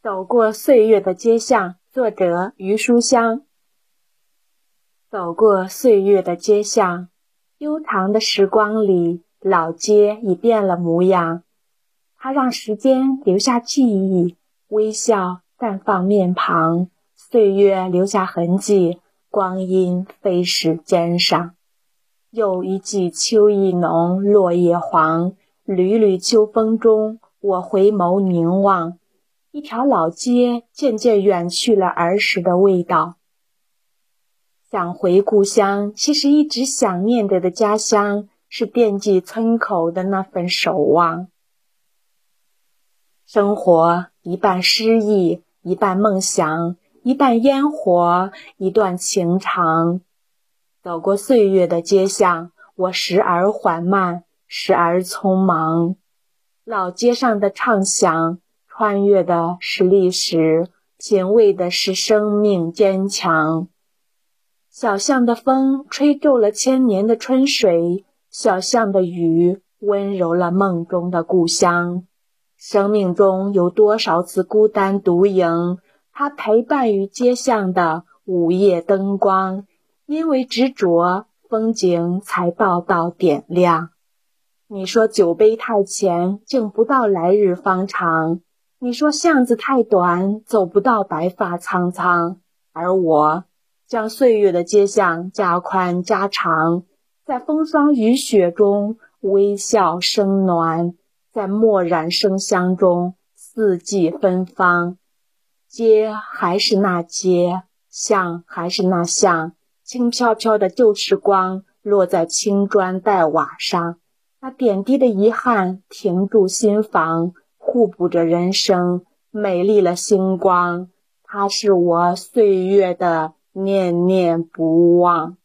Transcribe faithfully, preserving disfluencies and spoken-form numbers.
走过岁月的街巷，作者余书香。走过岁月的街巷，悠长的时光里，老街已变了模样。它让时间留下记忆，微笑绽放面庞，岁月留下痕迹，光阴飞逝肩上。又一季秋意浓，落叶黄，缕缕秋风中，我回眸凝望，一条老街渐渐远去了儿时的味道。想回故乡，其实一直想念着的家乡，是惦记村口的那份守望。生活一半诗意，一半梦想，一半烟火，一段情长。走过岁月的街巷，我时而缓慢，时而匆忙。老街上的唱响，穿越的是历史，品味的是生命坚强。小巷的风吹皱了千年的春水，小巷的雨温柔了梦中的故乡。生命中有多少次孤单独行，它陪伴于街巷的午夜灯光，因为执着，风景才道道点亮。你说酒杯太浅，敬不到来日方长；你说巷子太短，走不到白发苍苍。而我将岁月的街巷加宽加长，在风霜雨雪中微笑生暖，在墨染生香中四季芬芳。街还是那街，巷还是那巷，轻飘飘的旧时光落在青砖黛瓦上，那点滴的遗憾停驻心房，互补着人生，美丽了星光。它是我岁月的念念不忘。